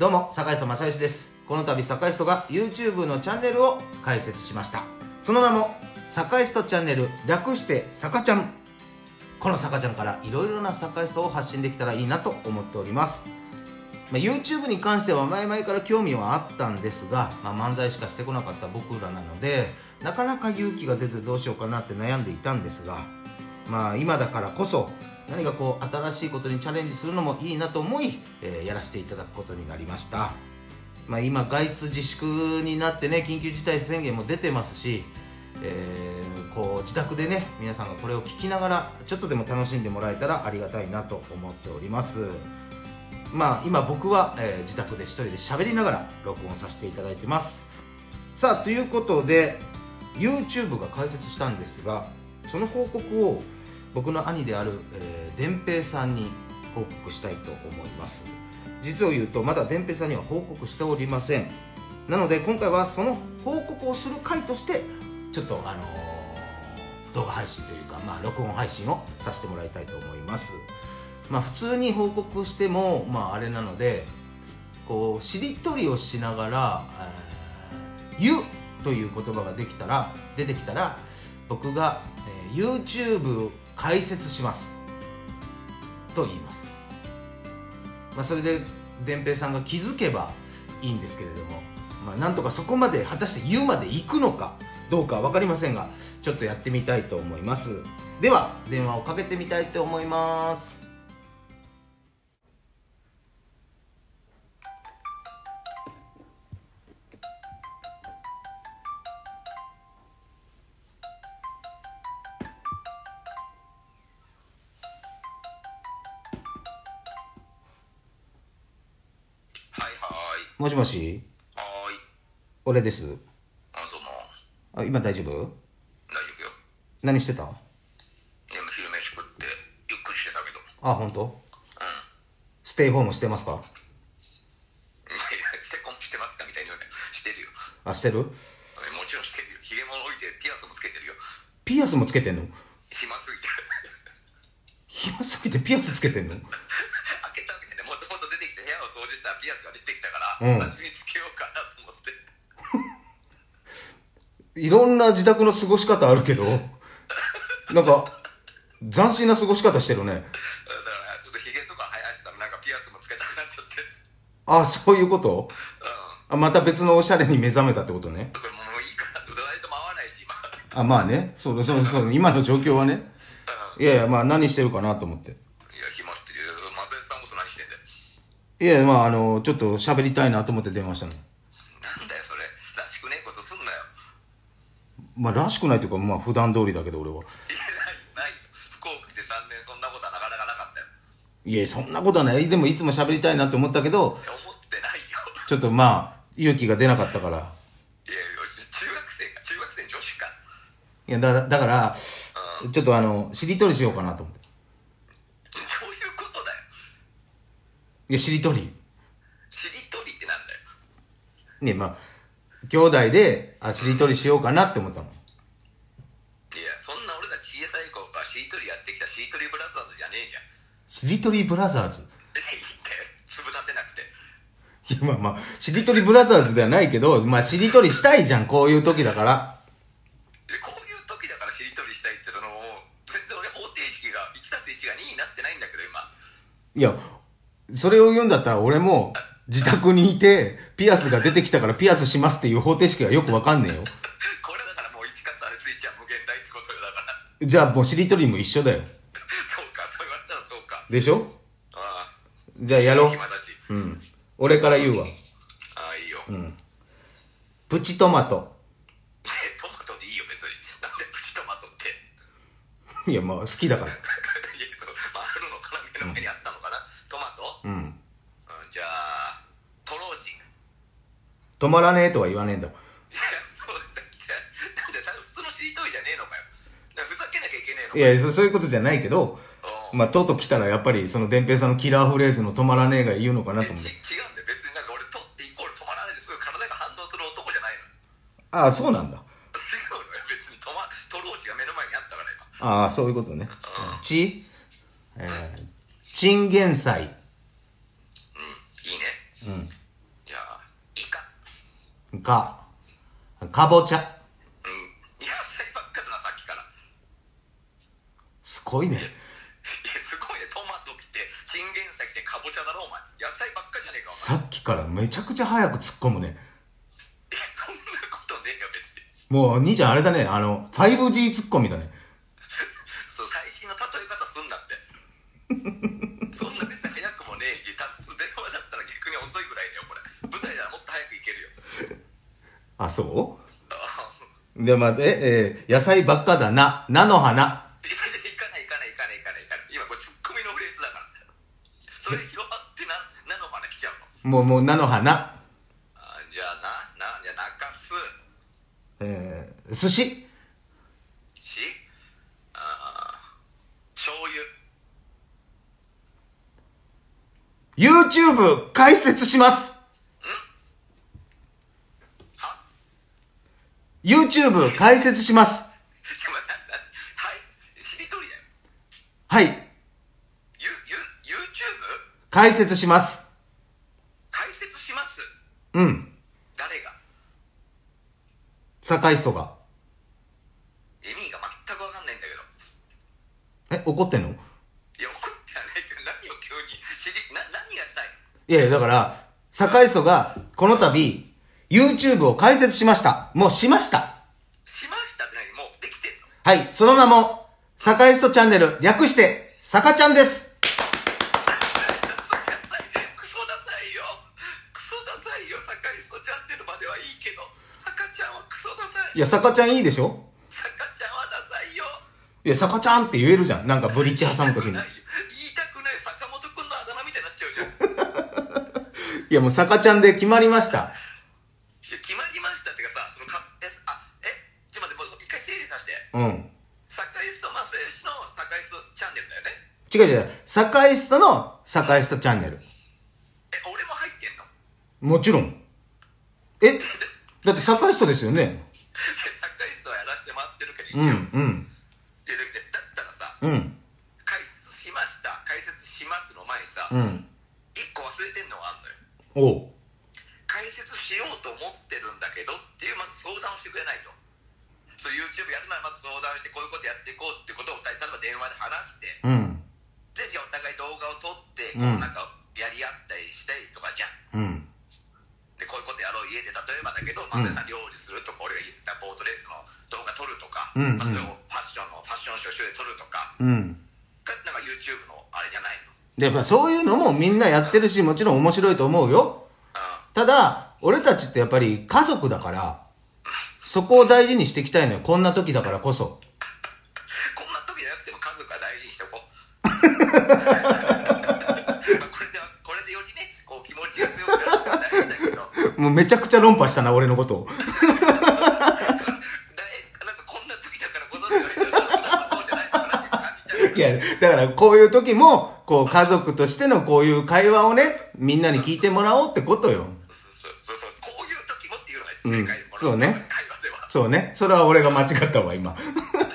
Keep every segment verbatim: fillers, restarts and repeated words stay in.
どうも、坂井戸正義です。この度、坂井戸が YouTube のチャンネルを開設しました。その名も、坂井戸チャンネル、略して坂ちゃん。この坂ちゃんからいろいろな坂井戸を発信できたらいいなと思っております。まあ、YouTube に関しては前々から興味はあったんですが、まあ、漫才しかしてこなかった僕らなので、なかなか勇気が出ずどうしようかなって悩んでいたんですが、まあ今だからこそ何かこう新しいことにチャレンジするのもいいなと思い、えー、やらせていただくことになりました。まあ、今外出自粛になってね、緊急事態宣言も出てますし、えー、こう自宅でね皆さんがこれを聞きながらちょっとでも楽しんでもらえたらありがたいなと思っております。まあ今僕は、えー、自宅で一人で喋りながら録音させていただいてます。さあということで YouTube が開設したんですが、その報告を僕の兄である、えー、伝平さんに報告したいと思います。実を言うとまだ伝平さんには報告しておりません。なので今回はその報告をする回としてちょっとあのー、動画配信というか、まあ、録音配信をさせてもらいたいと思います。まあ普通に報告しても、まあ、あれなのでこうしりとりをしながら「ゆ」という言葉ができたら出てきたら僕が、えー、YouTube 解説しますと言います。まあ、それで伝平さんが気づけばいいんですけれども、まあ、なんとかそこまで果たして言うまで行くのかどうか分かりませんが、ちょっとやってみたいと思います。では電話をかけてみたいと思います。もしもし。 はーい。 俺です。 あ、どうも。 あ、今大丈夫？ 大丈夫よ。 何してた？ 今昼飯食ってゆっくりしてたけど。 あ、本当？ うん。 ステイホームしてますか？ いや、セコンしてますかみたいに言うね。してるよ。 あ、してる？ もちろんしてるよ。ひげも置いてピアスもつけてるよ。 ピアスもつけてんの？ 暇すぎて。 暇すぎてピアスつけてんの？ 開けたわけじゃない。もともと出てきて部屋を掃除したらピアスが出てきたから、 うん、 最初につけようかなと思って。 いろんな自宅の過ごし方あるけどなんか斬新な過ごし方してるね。だからちょっとひげとか生やしたらなんかピアスもつけたくなっちゃって。 あ、そういうこと？ うん。 あ、また別のおしゃれに目覚めたってことね。 それもういいかな。ドライトも合わないし今。 あ、まあね、そうそうそう、今の状況はね。いやいや、まあ何してるかなと思って。 いや、暇してるよ。松江さんこそ何してんだよ。 いやいや、まああのちょっと喋りたいなと思って電話したの。 なんだよそれ。らしくねえことすんなよ。 まあらしくないというか、まあ普段通りだけど俺は。 いや、ないないよ。福岡来てさんねんそんなことはなかなかなかったよ。 いや、そんなことはない。でもいつも喋りたいなと思ったけど、 思ってないよ。 ちょっとまあ勇気が出なかったから。 いや、中学生か中学生女子か。 いやだだから、うん、ちょっとあのしりとりしようかなと思って。 どういうことだよ。 いや、しりとり。 しりとりってなんだよ。 ね、まあ兄弟であしりとりしようかなって思ったの。 いや、そんな俺たち小さい頃からしりとりやってきたしりとりブラザーズじゃねえじゃん。 しりとりブラザーズ。 いいんだよ。粒立てなくて。 いや、まあまあしりとりブラザーズではないけど、まあしりとりしたいじゃん、こういう時だから。 こういう時だからしりとりしたいって、その全然俺方程式が いちたすいち がにになってないんだけど今。 いや、それを言うんだったら俺も自宅にいてピアスが出てきたからピアスしますっていう方程式はよくわかんねえよ。 これだからもういちかったすいちは無限大ってことよ。だからじゃあもうしりとりも一緒だよ。 そうか、そう言われたらそうか。 でしょ？ ああ。 じゃあやろう。 暇だし。 うん。俺から言うわ。 ああ、いいよ。 うん。プチトマト。 トマトでいいよ別に。なんでプチトマトって。 いや、まあ好きだから。 いや、そう、まあ、あるのかな、目の前にあったのかな、うん、トマト。 うん。うん、 じゃあトローチ。 止まらねえとは言わねえんだ。 いや、そうだ。なんで普通のしりとりじゃねえのかよ。ふざけなきゃいけねえのか。 いや、そそういうことじゃないけど、まあとうとう来たらやっぱりその伝平さんのキラーフレーズの止まらねえが言うのかなと思って。 違うんだよ。別になんか俺とってイコール止まらないですぐ体が反応する男じゃないの。 ああ、そうなんだ。 違うのよ。別にトマトローチが目の前にあったから今。 ああ、そういうことね。ち、えー、チンゲン菜。 うん、いいね。 うん。 かかぼちゃ。 うん、野菜ばっかだなさっきから。 すごいね。 いやすごいね。トマト来てチンゲン菜来てかぼちゃだろお前。野菜ばっかじゃねえかお前。 さっきからめちゃくちゃ早く突っ込むね。 いやそんなことねえよ別に。 もう兄ちゃんあれだね、あの ファイブジー ツッコミだね。 そう最新の例え方すんなってそんな別に早くもねえし、多分電話だったら逆に遅いぐらいだよこれ。舞台ならもっと早く行けるよ。 あ、そうで、まあ、え、えー、野菜ばっかだな、菜の花。 いかないいかないいかないいかないいかない。今これツッコミのフレーズだから。それ広まってな、菜の花来ちゃうの。 もう、もう菜の花。 あじゃあな、な、じゃあ中洲。 えー、寿司。 し、あ醤油。 YouTube 解説します。 は YouTube 解説します。 はい、しりとりだよ。 はい。 ゆ、ゆ、YouTube? 解説します。 解説します。 うん。 誰が？ 堺人が。 意味が全くわかんないんだけど。 え、怒ってんの？ いや、怒ってはないけど、何を急に知り、な、何がしたい？ いやいや、だから、堺人が、この度、YouTube を開設しました。もうしました。 しましたって何？もうできてんの？ はい、その名も、堺人チャンネル、略して、さかちゃんです。 クソダサいよ。クソダサいよ。サカイストチャンネルまではいいけど、サカちゃんはクソダサい。 いや、さかちゃんいいでしょ？ サカちゃんはダサいよ。 いや、さかちゃんって言えるじゃん。なんかブリッジ挟むときに。 言いたくないよ。言いたくない。坂本くんのあだ名みたいになっちゃうじゃん。 いや、もうさかちゃんで決まりました。 いや、決まりましたってかさ、そのか、え、あ、え、ちょっと待って、もう一回整理させて。 うん。 サカイストマスヨシのサカイストチャンネルだよね。 違う違う。堺人の堺人チャンネル。 え、俺も入ってんの？ もちろん。えだって堺人ですよね。 サカイストはやらせてもらってるけど、 うん、 一応。 うん。 で、だったらさ、 うん。 解説しました、解説しますの前にさ、 うん。 一個忘れてんのがあんのよ。 おう。 解説しようと思ってるんだけどっていうまず相談をしてくれないと。そう YouTube やるならまず相談してこういうことやっていこうってことを例えば電話で話して、 うん。 でじゃあお互い動画を撮ってうんこうなんかやり合ったりしたりとかじゃうん。 ん。でこういうことやろう家で例えばだけど、まあ、さん料理するとか俺が言ったボートレースの動画撮るとか、 うんうん、 例えばファッションのファッションショーで撮るとかうん。 がなんか YouTube のあれじゃないの。 で、やっぱそういうのもみんなやってるし、もちろん面白いと思うよ。ただ、俺たちってやっぱり家族だから、そこを大事にしていきたいのよ。こんな時だからこそ。 こんな時じゃなくても家族は大事にしておこう。まあこれではこれでよりね、こう気持ちが強くなるってのは大事だけど。 もうめちゃくちゃ論破したな、俺のことを。 だえなんかこんな時だからこそって言われたらそうじゃないのかなって感じちゃうけど。 いや、だからこういう時も、こう家族としてのこういう会話をね、みんなに聞いてもらおうってことよ。 そうそうそう、こういう時もっていうのが正解で、 うん、そうね。 会話では。 そうね。それは俺が間違ったわ、今。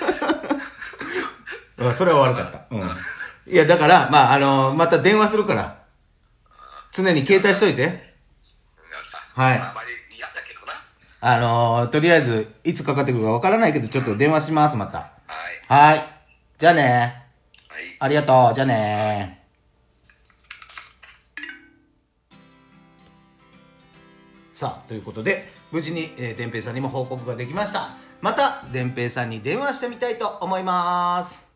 それは悪かった。うん。いや、だから、まあ、あのー、また電話するから。常に携帯しといて。はい。 あまり嫌だけどな。 あのー、とりあえず、いつかかってくるかわからないけど、ちょっと電話します、また。 はい。 はい。じゃあね。 はい。 ありがとう。じゃあね。さあ、ということで、無事に、えー、でんぺいさんにも報告ができました。また、でんぺいさんに電話してみたいと思います。